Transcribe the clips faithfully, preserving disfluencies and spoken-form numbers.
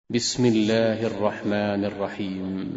بسم الله الرحمن الرحيم.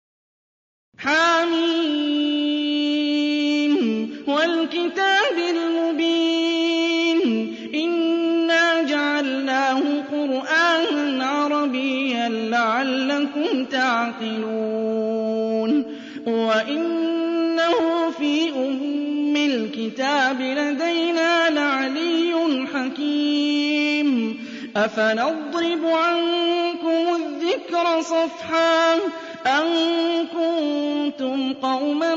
حميم والكتاب المبين إنا جعلناه قرآنا عربيا لعلكم تعقلون وإنه في أم الكتاب لدينا لعلي حكيم أفنضرب عنكم الذكر صفحا أن كنتم قوما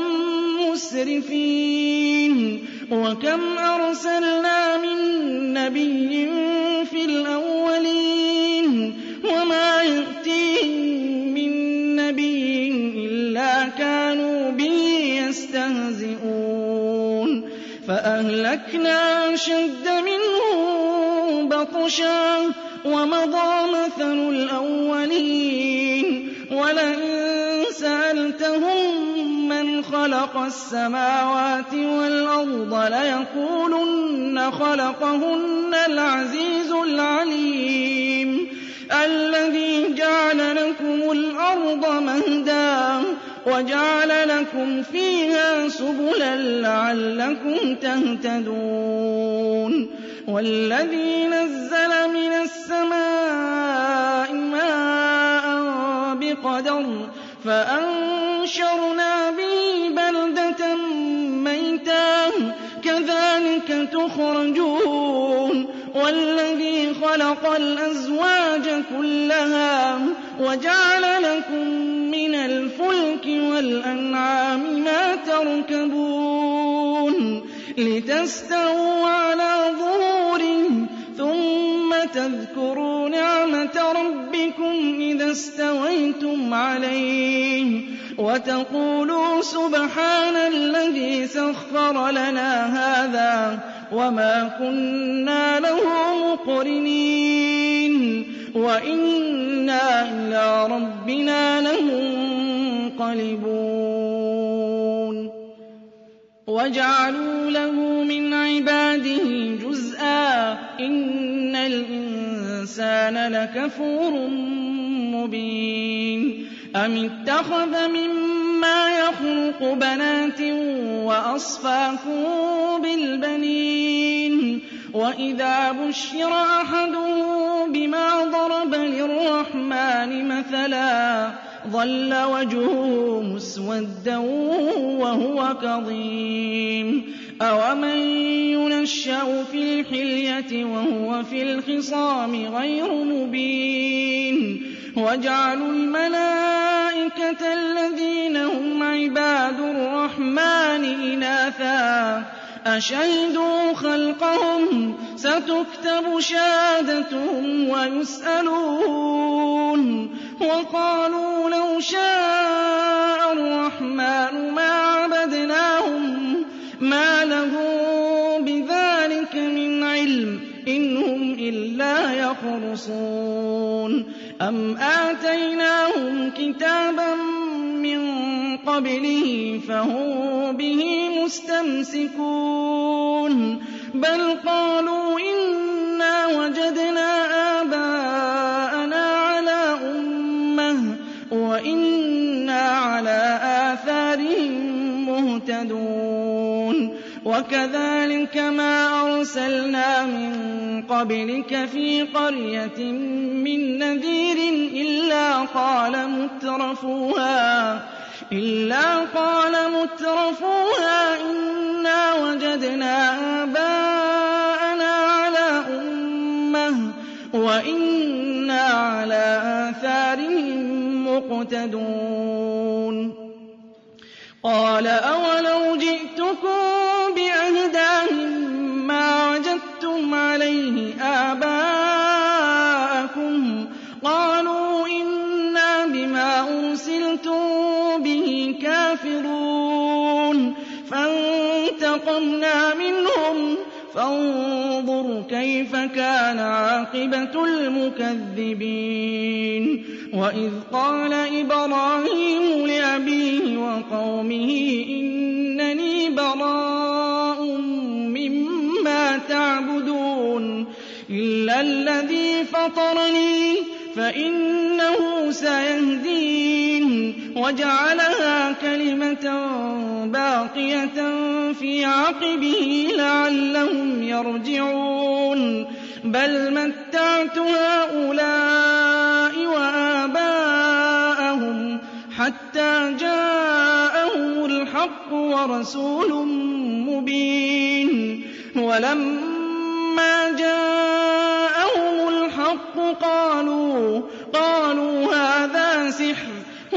مسرفين وكم أرسلنا من نبي في الأولين وما يأتيهم من نبي إلا كانوا به يستهزئون فأهلكنا أشد منهم بطشا ومضى مثل الأولين ولئن سألتهم من خلق السماوات والأرض ليقولن خلقهن العزيز العليم الذي جعل لكم الأرض مهدا وجعل لكم فيها سبلا لعلكم تهتدون والذي نزل من السماء ماء بقدر فأنشرنا به بلدة ميتا كذلك تخرجون والذي خلق الأزواج كلها وجعل لكم من الفلك والأنعام ما تركبون لتستووا على ظهوره ثم تذكروا نعمة ربكم إذا استويتم عليه وتقولوا سبحان الذي سخر لنا هذا وما كنا له مقرنين وإنا إلى ربنا لمنقلبون وجعلوا له من عباده جزءا إن الإنسان لكفور مبين أم اتخذ مما يخلق بنات وأصفاكم بالبنين وإذا بشر أحدهم بما ضرب للرحمن مثلا ظل وجهه مسودا وهو كظيم أومن ينشأ في الحلية وهو في الخصام غير مبين وجعلوا الملائكة الذين هم عباد الرحمن إناثا أشهدوا خلقهم ستكتب شهادتهم ويسألون وقالوا لو شاء الرحمن ما عبدناهم ما لهم بذلك من علم إن هم إلا يخرصون أم آتيناهم كتابا من قبله فهم به مستمسكون بل قالوا إنا وجدنا آباءنا على أمة وإنا على آثارهم مهتدون وكذلك ما أرسلنا من قبلك في قرية من نذير إلا قال مترفوها إلا قال مترفوها إنا وجدنا آباءنا على أمة وإنا على آثارهم مقتدون قال أولو جئتكم بأهدى مما وجدتم عليه آباءكم قالوا إنا بما أرسلتم به كافرون فانتقمنا منهم فانظر كيف كان عاقبة المكذبين وإذ قال إبراهيم لأبيه وقومه إنني براء مما تعبدون إلا الذي فطرني فإن سيهدين وجعلها كلمة باقية في عقبه لعلهم يرجعون بل متعت هؤلاء وآباءهم حتى جاءهم الحق ورسول مبين ولما جاءهم الحق قالوا قالوا هذا سحر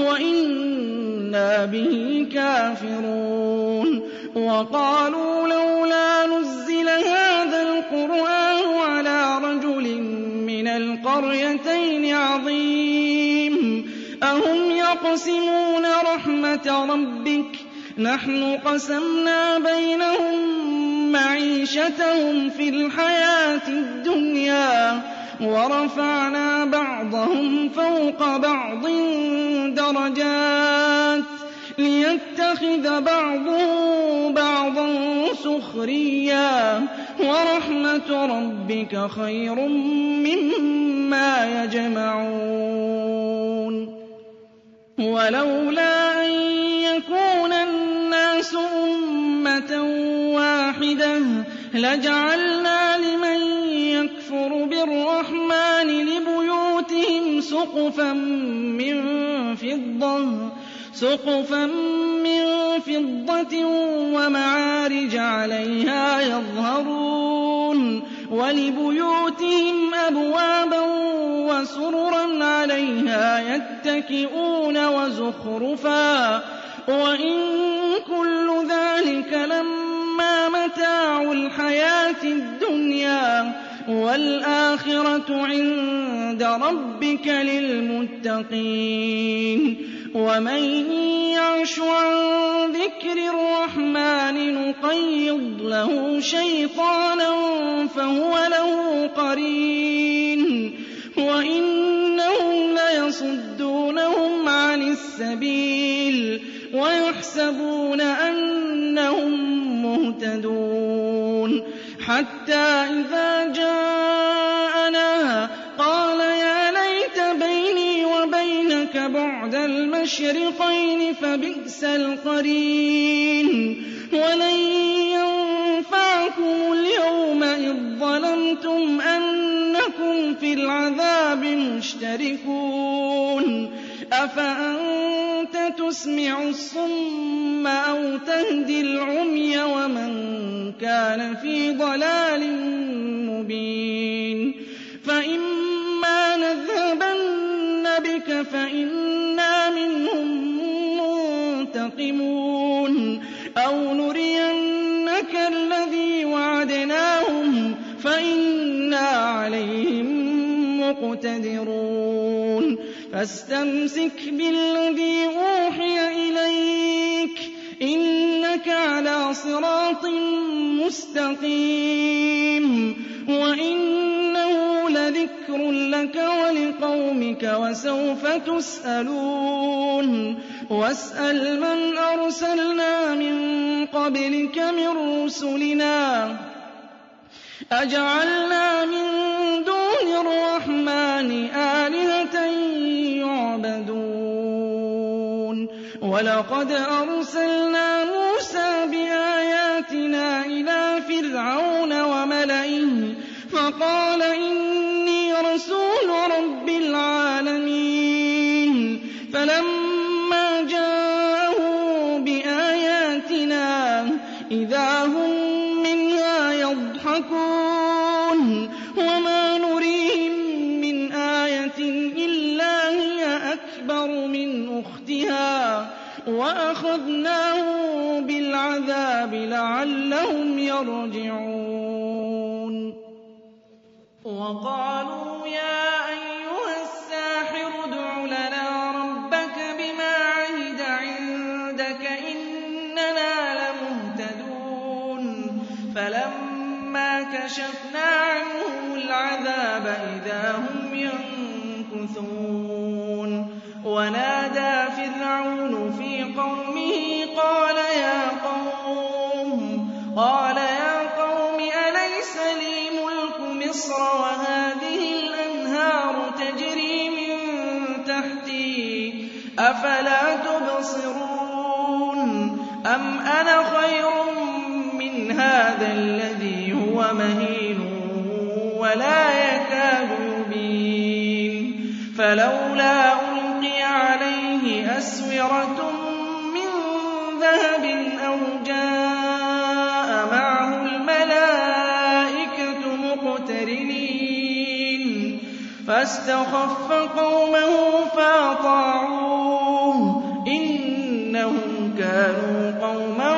وإنا به كافرون وقالوا لولا نزل هذا القرآن على رجل من القريتين عظيم أهم يقسمون رحمة ربك نحن قسمنا بينهم معيشتهم في الحياة الدنيا ورفعنا بعضهم فوق بعض درجات ليتخذ بعضهم بعضا سخريا ورحمة ربك خير مما يجمعون ولولا أن يكون الناس أمة واحدة لجعلنا لمن يكفر بالرحمن لبيوتهم سقفا من فضة سقفا من فضة ومعارج عليها يظهرون ولبيوتهم أبوابا وسررا عليها يتكئون وزخرفا وإن كل ذلك لما متاع الحياة الدنيا والآخرة عند ربك للمتقين ومن يعش عن ذكر الرحمن نقيض له شيطانا فهو له قرين وإنهم ليصدونهم عن السبيل ويحسبون أنهم مهتدون حتى إذا جاءنا قال يا ليت بيني وبينك بعد المشرقين فبئس القرين ولن ينفعكم اليوم إذ ظلمتم أنكم في العذاب مشتركون أفأنت تسمع الصم أو تهدي العمي ومن كان في ضلال مبين فإما نذهبن بك فإنا منهم منتقمون أو نرينك الذي وعدناهم فإنا عليهم مقتدرون فاستمسك بالذي أوحي إليك إنك على صراط مستقيم وإنه لذكر لك ولقومك وسوف تسألون واسأل من أرسلنا من قبلك من رسلنا أجعلنا من دون الرحمن آلهة يعبدون ولقد أرسلنا موسى بآياتنا إلى فرعون وملئه فقال إني رسول رب العالمين فلما جاءه بآياتنا إذا هم منها يضحكون وما نريهم من آية إلا هي أكبر من أختها وأخذناه بالعذاب لعلهم يرجعون وقالوا يا أيها الساحر ادع لنا ربك بما عهد عندك إننا لمهتدون فلما كشفنا عنهم العذاب إذا هم ينكثون ونادى فرعون في قومه قال يا قوم قال يا قوم أليس لي ملك مصر وهذه أَفَلَا تُبْصِرُونَ أَمْ أَنَا خَيْرٌ مِّنْ هَٰذَا الَّذِي هُوَ مَهِينٌ وَلَا يَكَادُ يُبِينُ فَلَوْلَا أُلْقِيَ عَلَيْهِ أَسْوِرَةٌ مِّن ذَهَبٍ أَوْ جَاءَ مَعَهُ الْمَلَائِكَةُ مُقْتَرِنِينَ فَاسْتَخَفَّ قَوْمَهُ فَأَطَاعُوهُ إِنَّهُمْ كَانُوا قَوْمًا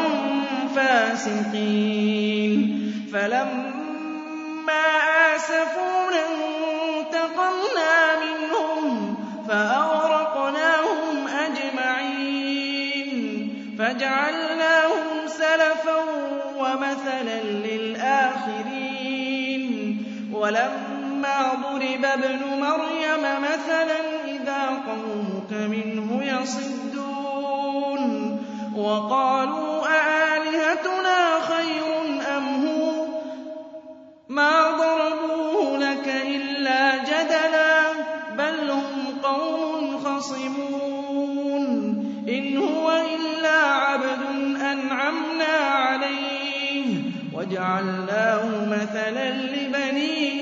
فَاسِقِينَ فَلَمَّا آسَفُونَا انتَقَمْنَا مِنْهُمْ فَأَغْرَقْنَاهُمْ أَجْمَعِينَ فَجَعَلْنَاهُمْ سَلَفًا وَمَثَلًا لِّلْآخِرِينَ وَلَمَّا ضُرِبَ ابْنُ مَرْيَمَ مَثَلًا إِذَا قَوْمُكَ مِنْهُ يَصِدُّونَ وَقَالُوا أَآلِهَتُنَا خَيْرٌ أَمْ هُوَ مَا ضَرَبُوهُ لَكَ إِلَّا جَدَلًا بَلْ هُمْ قَوْمٌ خَصِمُونَ إِنْ هُوَ إِلَّا عَبْدٌ أَنْعَمْنَا عَلَيْهِ وَجَعَلْنَاهُ مَثَلًا لِّبَنِي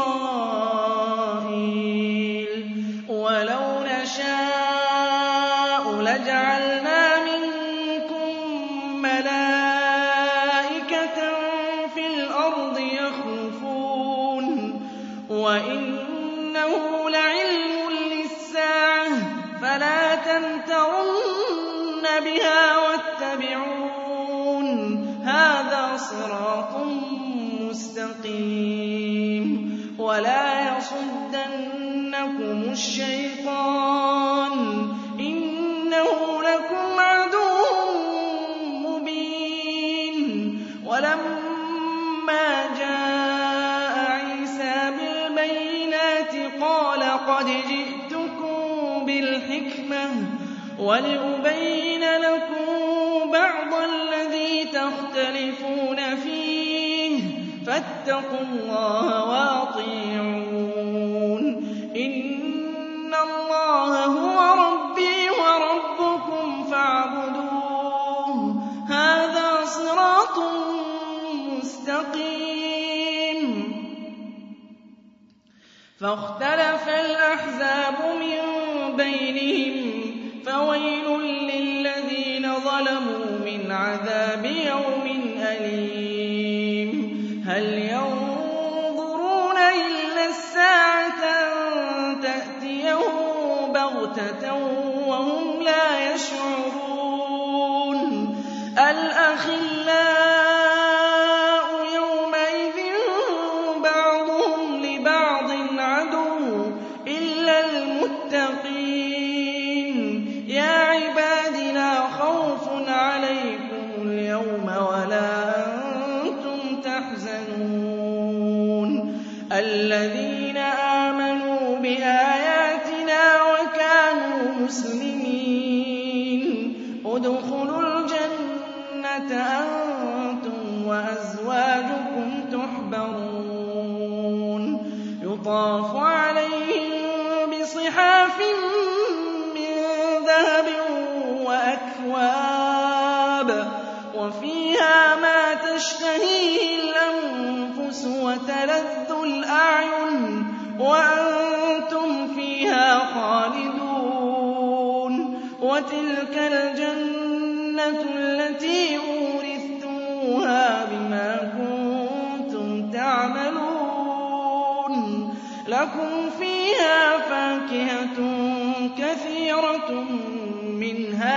إِسْرَائِيلَ وَلَوْ نَشَاءُ لَجَعَلْنَا مِنكُم مَّلَائِكَةً فِي الْأَرْضِ يَخْلُفُونَ وَإِنَّهُ لَعِلْمٌ لِّلسَّاعَةِ فَلَا تَمْتَرُنَّ بِهَا وَاتَّبِعُونِ هَٰذَا صِرَاطٌ مُّسْتَقِيمٌ وَلَا يَصُدَّنَّكُمُ الشَّيْطَانُ إِنَّهُ لَكُمْ عَدُوٌّ مُّبِينٌ وَلَمَّا جَاءَ عِيسَىٰ بِالْبَيِّنَاتِ قَالَ قَدْ جِئْتُكُم بِالْحِكْمَةِ وَلِأُبَيِّنَ لَكُم بَعْضَ الَّذِي تَخْتَلِفُونَ فِيهِ فَاتَّقُوا اللَّهَ وَأَطِيعُونِ إِنَّ اللَّهَ هُوَ رَبِّي وَرَبُّكُمْ فَاعْبُدُوهُ هَٰذَا صِرَاطٌ مُّسْتَقِيمٌ فَاخْتَلَفَ الْأَحْزَابُ مِن بَيْنِهِمْ فَوَيْلٌ لِّلَّذِينَ ظَلَمُوا مِنْ عَذَابِ يَوْمٍ أَلِيمٍ هَلْ يَنظُرُونَ إِلَّا السَّاعَةَ أَن تَأْتِيَهُم بَغْتَةً وَهُمْ لَا يَشْعُرُونَ الْأَخِلَّاءُ يَوْمَئِذٍ بَعْضُهُمْ لِبَعْضٍ عَدُوٌّ إِلَّا الْمُتَّقِينَ يَا عِبَادِ لَا خَوْفٌ عَلَيْكُمُ الْيَوْمَ وَلَا أَنتُمْ تَحْزَنُونَ الَّذِينَ آمَنُوا بِآيَاتِنَا وَكَانُوا مُسْلِمِينَ ادْخُلُوا الْجَنَّةَ أَنتُمْ وَأَزْوَاجُكُمْ تُحْبَرُونَ يُطَافُ عَلَيْهِم بِصِحَافٍ مِّن ذَهَبٍ وَأَكْوَابٍ وَفِيهَا مَا تَشْتَهِيهِ الْأَنفُسُ وَتَلَذُّ الْأَعْيُنُ وَأَنتُمْ فِيهَا خَالِدُونَ وَتِلْكَ الْجَنَّةُ الَّتِي أُورِثْتُمُوهَا بِمَا كُنتُمْ تَعْمَلُونَ لَكُمْ فِيهَا فَاكِهَةٌ كَثِيرَةٌ مِّنْهَا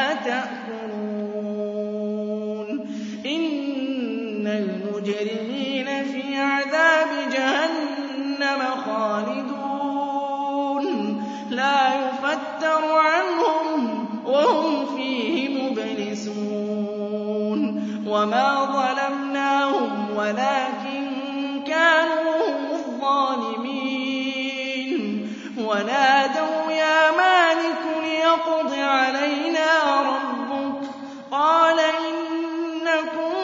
تَأْكُلُونَ إِنَّ الْمُجْرِمِينَ فِي عَذَابِ جَهَنَّمَ خَالِدُونَ لَا يُفَتَّرُ عَنْهُمْ وَهُمْ فِيهِ مُبْلِسُونَ وَمَا ظَلَمْنَاهُمْ وَلَٰكِن كَانُوا هُمُ الظَّالِمِينَ وَنَادَوْا يَا مَالِكُ لِيَقْضِ عَلَيْنَا رَبُّكَ قَالَ إِنَّكُم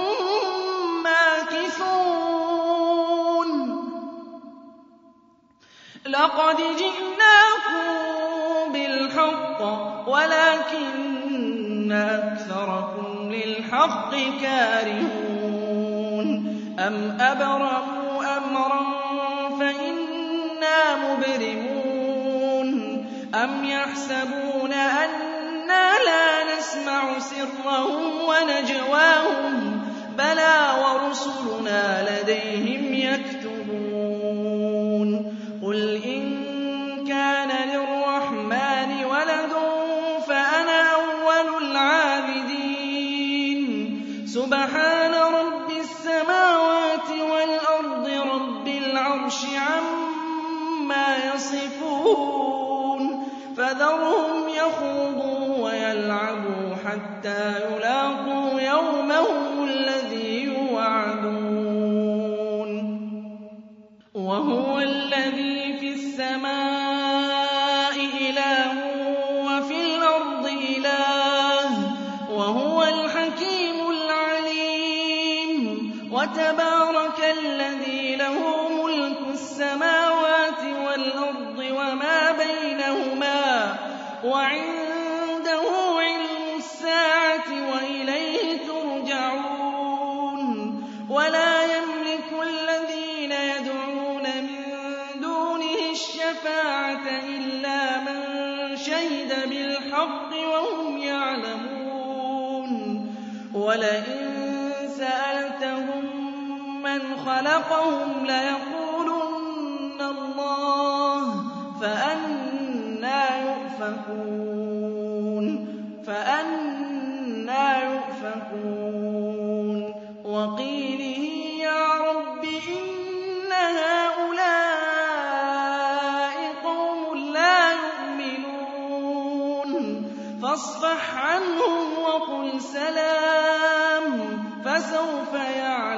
مَّاكِثُونَ لَقَدْ جِئْنَاكُم بِالْحَقِّ وَلَٰكِنَّ أَكْثَرَكُمْ لِلْحَقِّ كَارِهُونَ أَمْ أَبْرَمُوا أَمْرًا فَإِنَّا مُبْرِمُونَ أَمْ يَحْسَبُونَ أَنَّا لَا نَسْمَعُ سِرَّهُمْ وَنَجْوَاهُم بَلَىٰ وَرُسُلُنَا لَدَيْهِمْ يَكْتُبُونَ قُلْ إِن كَانَ لِلرَّحْمَٰنِ وَلَدٌ فَأَنَا أَوَّلُ الْعَابِدِينَ سُبْحَانَ رَبِّ السَّمَاوَاتِ وَالْأَرْضِ رَبِّ الْعَرْشِ عَمَّا يَصِفُونَ فَذَرْهُمْ يَخُوضُوا وَيَلْعَبُوا حَتَّىٰ يُلَاقُوا يَوْمَهُمُ الَّذِي يُوعَدُونَ وَهُوَ الَّذِي فِي السَّمَاءِ إِلَٰهٌ وَفِي الْأَرْضِ إِلَٰهٌ وَهُوَ الْحَكِيمُ الْعَلِيمُ وَتَبَارَكَ الَّذِي لَهُ مُلْكُ السَّمَاوَاتِ وَالْأَرْضِ وَمَا بَيْنَهُمَا وَعِندَهُ عِلْمُ السَّاعَةِ وَإِلَيْهِ تُرْجَعُونَ وَلَا يَمْلِكُ الَّذِينَ يَدْعُونَ مِن دُونِهِ الشَّفَاعَةَ إِلَّا مَن شَهِدَ بِالْحَقِّ وَهُمْ يَعْلَمُونَ وَلَئِن سَأَلْتَهُم مَّنْ خَلَقَهُمْ لَيَقُولُنَّ اللَّهُ فَأَنَّىٰ يُؤْفَكُونَ فَأَنَّىٰ يُؤْفَكُونَ وَقِيلِهِ يَا رَبِّ إِنَّ هَٰؤُلَاءِ قَوْمٌ لَّا يُؤْمِنُونَ فَاصْفَحْ عَنْهُمْ وَقُلْ سَلَامٌ فَسَوْفَ يَعْلَمُونَ